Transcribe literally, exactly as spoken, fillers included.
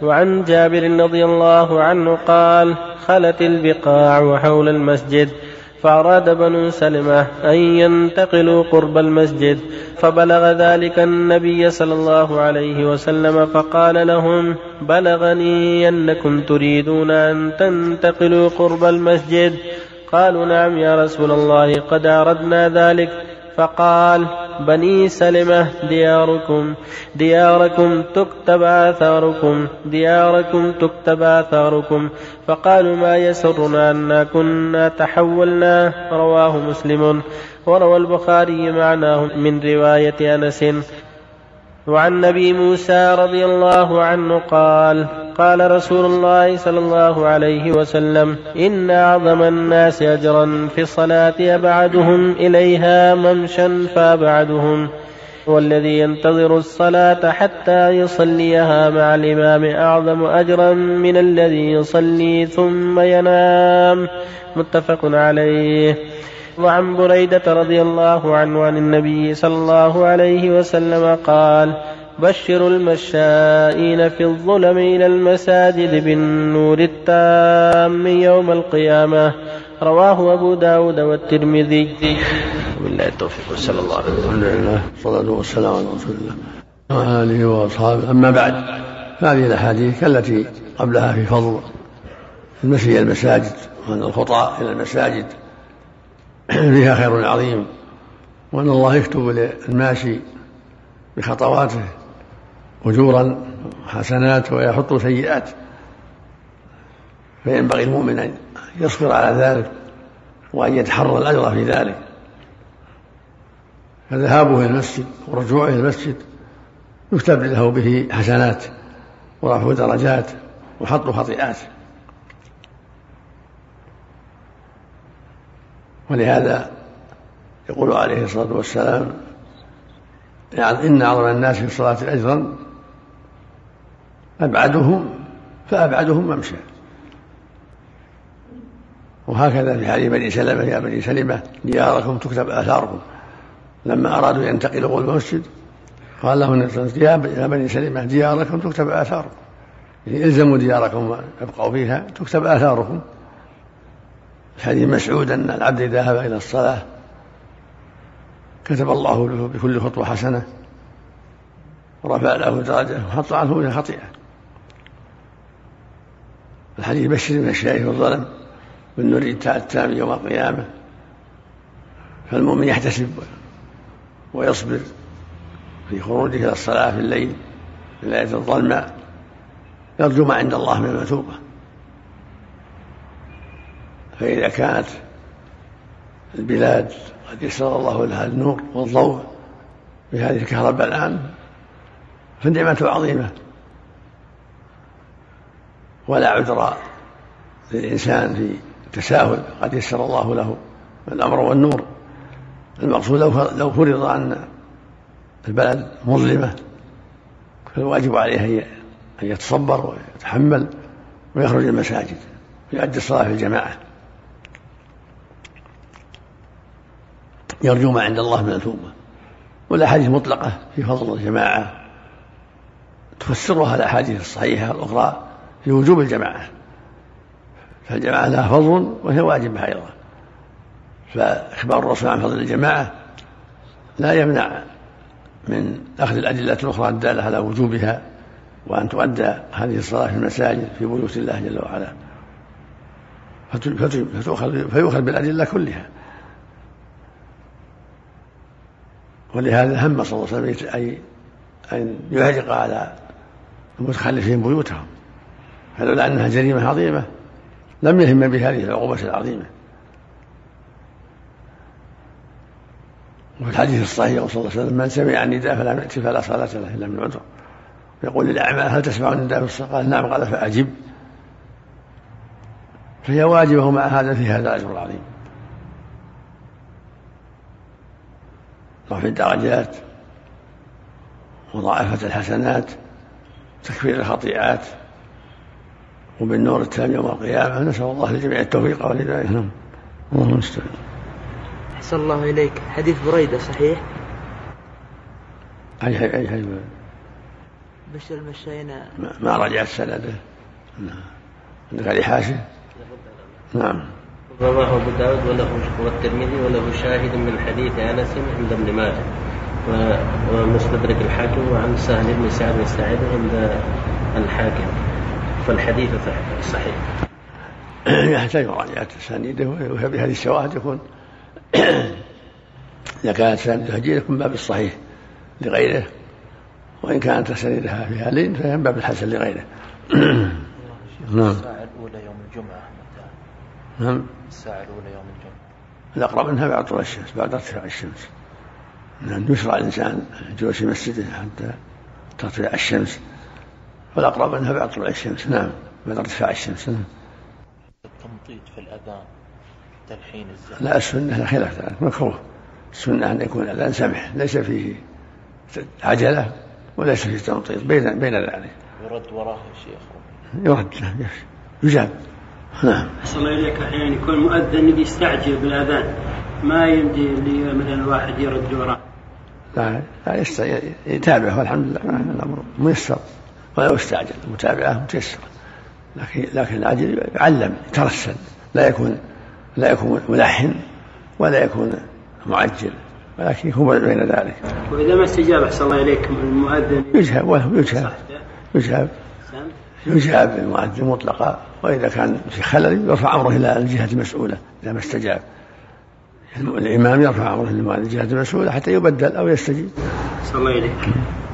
وعن جابر رضي الله عنه قال: خلت البقاع حول المسجد، فأراد بنو سلمة أن ينتقلوا قرب المسجد، فبلغ ذلك النبي صلى الله عليه وسلم فقال لهم: بلغني أنكم تريدون أن تنتقلوا قرب المسجد. قالوا: نعم يا رسول الله، قد أردنا ذلك. فقال: بني سلمة دياركم دياركم تكتب آثاركم دياركم تكتب آثاركم. فقالوا: ما يسرنا أننا كنا تحولنا. رواه مسلم. وروى البخاري معناه من رواية أنس. وعن نبي موسى رضي الله عنه قال: قال رسول الله صلى الله عليه وسلم: إن أعظم الناس أجرا في الصلاة أبعدهم إليها ممشا فأبعدهم، والذي ينتظر الصلاة حتى يصليها مع الإمام أعظم أجرا من الذي يصلي ثم ينام. متفق عليه. وعن بريدة رضي الله عنه عن النبي صلى الله عليه وسلم قال: بشروا المشائين في الظلم إلى المساجد بالنور التام يوم القيامة. رواه أبو داود والترمذي. بالله التوفيق صلى الله عليه وسلم. الحمد لله والصلاة والسلام على رسول الله وعلى آله وأصحابه. أما بعد، هذه الأحاديث كالتي قبلها في فضل المشي إلى المساجد وأن الخطى إلى المساجد فيها خير عظيم، وأن الله يكتب للماشي بخطواته أجورا حسنات ويحط سيئات، فينبغي المؤمن أن يصبر على ذلك وأن يتحرى الأجر في ذلك. فذهابه إلى المسجد ورجوعه إلى المسجد يكتب له به حسنات ورفع درجات وحط خطيئات. ولهذا يقول عليه الصلاة والسلام: إن أعظم الناس في الصلاة أجرا أبعدهم فأبعدهم ممشى. وهكذا في حديث بني سلمة: يا بني سلمة دياركم تكتب آثاركم. لما أرادوا ينتقلوا إلى المسجد قال لهم: يا بني سلمة دياركم تكتب آثاركم، يعني الزموا دياركم وابقوا فيها تكتب آثاركم. حديث مسعود أن العبد إذا ذهب إلى الصلاة كتب الله له بكل خطوة حسنة ورفع له درجة وحط عنه من خطيئة. الحديث بشر المشايخ والظلم بالنور التام يوم القيامة. فالمؤمن يحتسب ويصبر في خروجه إلى الصلاة في الليل في ليلة الظلماء، يرجو ما عند الله من المثوبة. فإذا كانت البلاد قد يسر الله لها النور والضوء بهذه الكهرباء الآن فالنعمة عظيمة، ولا عذر للإنسان في التساهل، قد يسر الله له الأمر والنور. المقصود لو فرض أن البلد مظلمة فالواجب عليه أن يتصبر ويتحمل ويخرج المساجد ويؤدي الصلاة في الجماعة، يرجو ما عند الله من التوبة. والأحاديث مطلقة في فضل الجماعة تفسرها الأحاديث الصحيحة الأخرى في وجوب الجماعة، فالجماعة لها فضل وهي واجبة أيضا. فإخبار الرسول عن فضل الجماعة لا يمنع من أخذ الأدلة الأخرى الدالة على وجوبها، وأن تؤدى هذه الصلاة في المساجد في بيوت الله جل وعلا، فيؤخذ بالأدلة كلها. ولهذا هم صلى الله عليه وسلم أن يهرق على المتخلفين بيوتهم، فلولا أنها جريمة عظيمة لم يهم بهذه العقوبة العظيمة. وفي الحديث الصحيح صلى الله عليه وسلم: من سمع النداء فلم يأتي فلا صلاة له إلا من عذر. يقول للأعمى: هل تسمع النداء في الصلاة؟ قال: نعم. قال: فأجب. فهي واجبة، ومع هذا في هذا الأجر العظيم، رفع الدرجات وضاعفة الحسنات تكفير الخطيئات وبالنور التام يوم القيامة. نسأل الله لجميع التوفيق والهداية. اللهم استعان. أحسن الله إليك. حديث بريدة صحيح؟ أي أي أي بشر المشاينا ما, ما رجعت سنده. عندك علي حاشة. نعم. رواه أبو داود وله والترمذي وله شاهد من حديث أنس عند ابن ماجه ومستدرك الحاكم وعن سهل بن سعد الساعدي عند الحاكم، فالحديث صحيح. يحتاج مراجعة أسانيده، وبهذه الشواهد يكون إذا كانت أسانيدها جيدة يكون باب الصحيح لغيره، وإن كانت أسانيدها فيها لين فهم باب الحسن لغيره. نعم. الساعة الأولى يوم الجمعة. نعم. الساعة الأولى يوم الجمعة. الأقرب منها بعد طلوع الشمس، بعد ارتفاع الشمس. نعم. يشرع الإنسان الجلوس في مسجده حتى ترتفع الشمس، والأقرب منها بعد طلوع الشمس. نعم، بعد ارتفاع الشمس. نعم. التمطيط في الأذان تلحين الزمن. لا، السنة خلاف ذلك، مكروه. السنة أن يكون الأذان سمح، ليس فيه عجلة وليس فيه تمطيط، بين بين ذلك. يرد وراه يا شيخ. يرد، يجاب. نعم. أحسن الله إليك. أحيانا يكون مؤذن يستعجل بالأذان، ما يمدي لي مثلا الواحد يرد وراه. لا لا يتابعه، والحمد لله الأمر ميسر ولا يستعجل، متابعة متيسرة. لكن لكن العجل يعلم، يترسل، لا يكون لا يكون ملحن ولا يكون معجل، ولكن يكون بين ذلك. وإذا ما استجاب أحسن الله إليكم المؤذن يجاب، وله يجاب يجاب يجاب المؤذن مطلقا، وإذا كان في خلل يرفع أمره إلى الجهة المسؤولة إذا ما استجاب. الإمام يرفع أمره إلى الجهة المسؤولة حتى يبدل أو يستجيب. أحسن الله إليك.